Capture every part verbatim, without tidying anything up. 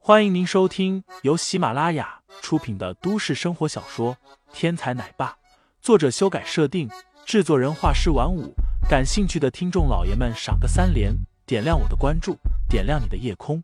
欢迎您收听由喜马拉雅出品的都市生活小说《天才奶爸》，作者修改设定，制作人画师晚舞。感兴趣的听众老爷们赏个三连，点亮我的关注，点亮你的夜空。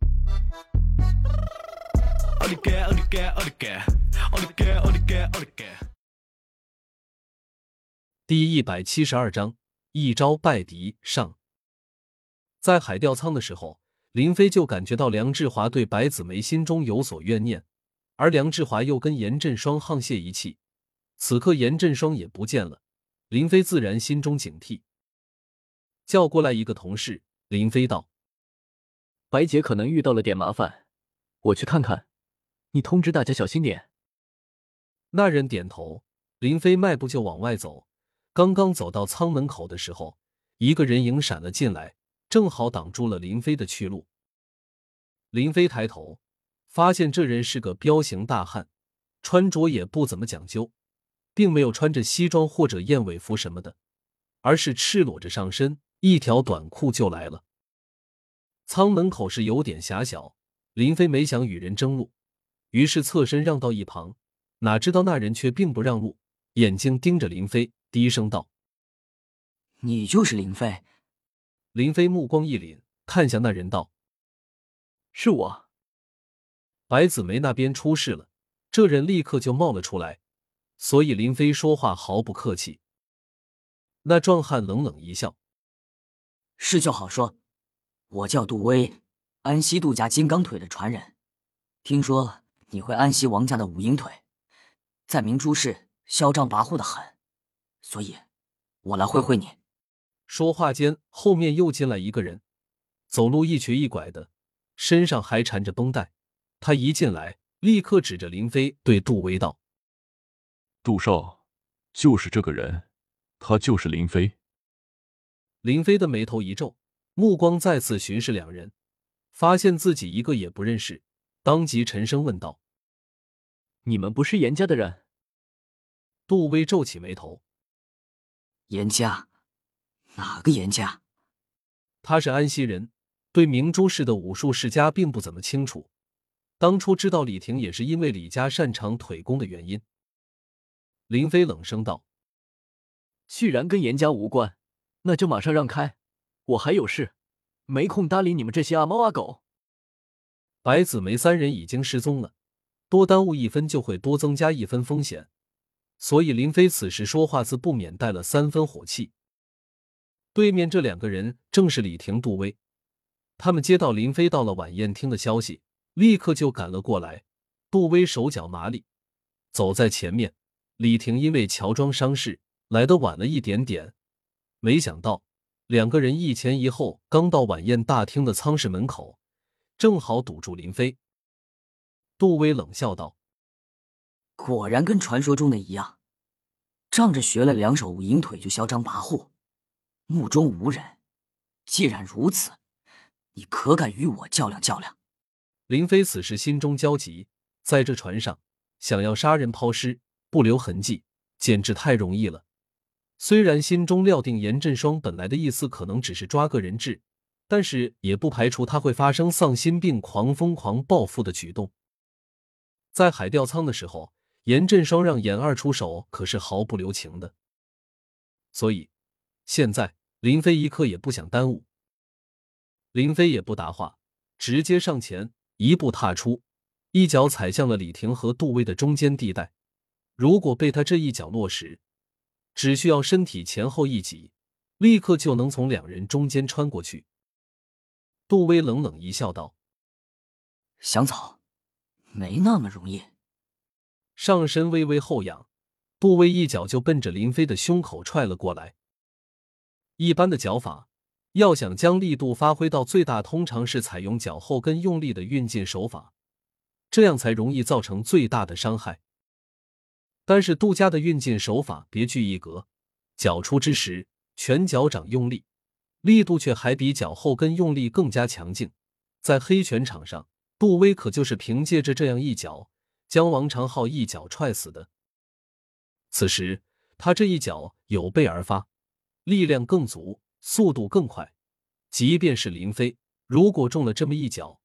第一百七十二章，一招败敌上。在海钓舱的时候，林飞就感觉到梁志华对白子梅心中有所怨念，而梁志华又跟严振双沆瀣一气。此刻严振双也不见了，林飞自然心中警惕。叫过来一个同事，林飞道： 白姐可能遇到了点麻烦，我去看看，你通知大家小心点。 那人点头，林飞迈步就往外走。刚刚走到舱门口的时候，一个人影闪了进来，正好挡住了林飞的去路。林飞抬头，发现这人是个彪形大汉，穿着也不怎么讲究，并没有穿着西装或者燕尾服什么的，而是赤裸着上身，一条短裤就来了。舱门口是有点狭小，林飞没想与人争路，于是侧身让到一旁，哪知道那人却并不让路，眼睛盯着林飞，低声道： 你就是林飞？ 林飞目光一凛，看向那人道： 是我。 白子梅那边出事了，这人立刻就冒了出来，所以林飞说话毫不客气。那壮汉冷冷一笑： 是就好说，我叫杜威，安西杜家金刚腿的传人，听说你会安西王家的五鹰腿，在明珠市嚣张跋扈的很，所以我来会会你。 说话间，后面又进来一个人，走路一瘸一拐的，身上还缠着绷带。他一进来，立刻指着林飞对杜威道： 杜少，就是这个人，他就是林飞。 林飞的眉头一皱，目光再次巡视两人，发现自己一个也不认识，当即沉声问道： 你们不是严家的人？ 杜威皱起眉头： 严家？哪个严家？ 他是安西人，对明珠市的武术世家并不怎么清楚。当初知道李婷也是因为李家擅长腿功的原因。林飞冷声道： 既然跟严家无关，那就马上让开，我还有事，没空搭理你们这些阿猫阿狗。 白子梅三人已经失踪了，多耽误一分就会多增加一分风险，所以林飞此时说话自不免带了三分火气。对面这两个人正是李婷、杜威，他们接到林飞到了晚宴厅的消息，立刻就赶了过来。杜威手脚麻利，走在前面。李婷因为乔装伤势来得晚了一点点，没想到两个人一前一后，刚到晚宴大厅的舱室门口，正好堵住林飞。杜威冷笑道： 果然跟传说中的一样，仗着学了两手五鹰腿就嚣张跋扈，目中无人。既然如此，你可敢与我较量较量？ 林飞此时心中焦急，在这船上想要杀人抛尸不留痕迹，简直太容易了。虽然心中料定严振双本来的意思可能只是抓个人质，但是也不排除他会发生丧心病狂疯狂报复的举动。在海钓舱的时候，严振双让严二出手可是毫不留情的，所以现在林飞一刻也不想耽误。林飞也不答话，直接上前一步踏出，一脚踩向了李婷和杜威的中间地带。如果被他这一脚落实，只需要身体前后一挤，立刻就能从两人中间穿过去。杜威冷冷一笑道： 想走，没那么容易。 上身微微后仰，杜威一脚就奔着林飞的胸口踹了过来。一般的脚法，要想将力度发挥到最大，通常是采用脚后跟用力的运劲手法，这样才容易造成最大的伤害。但是杜家的运劲手法别具一格，脚出之时，全脚掌用力，力度却还比脚后跟用力更加强劲。在黑拳场上，杜威可就是凭借着这样一脚，将王长浩一脚踹死的。此时他这一脚有备而发，力量更足，速度更快，即便是林飞，如果中了这么一脚，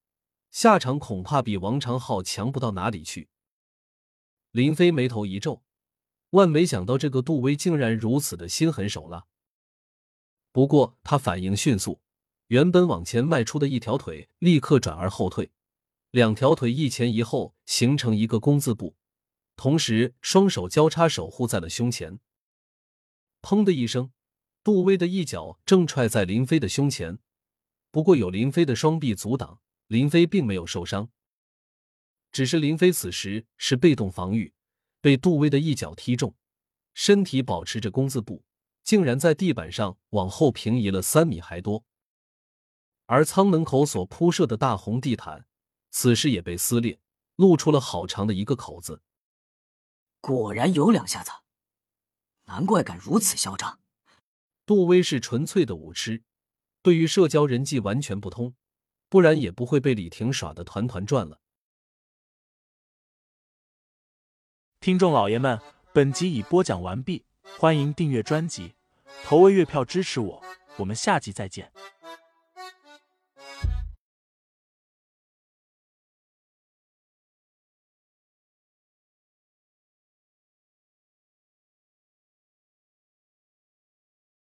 下场恐怕比王长浩强不到哪里去。林飞眉头一皱，万没想到这个杜威竟然如此的心狠手辣。不过他反应迅速，原本往前迈出的一条腿立刻转而后退，两条腿一前一后形成一个弓字步，同时双手交叉守护在了胸前。砰的一声，杜威的一脚正踹在林飞的胸前，不过有林飞的双臂阻挡，林飞并没有受伤。只是林飞此时是被动防御，被杜威的一脚踢中，身体保持着弓字步，竟然在地板上往后平移了三米还多。而舱门口所铺设的大红地毯，此时也被撕裂，露出了好长的一个口子。 果然有两下子，难怪敢如此嚣张。 杜威是纯粹的武痴，对于社交人际完全不通，不然也不会被李婷耍得团团转了。 听众老爷们，本集已播讲完毕，欢迎订阅专辑，投喂月票支持我，我们下集再见。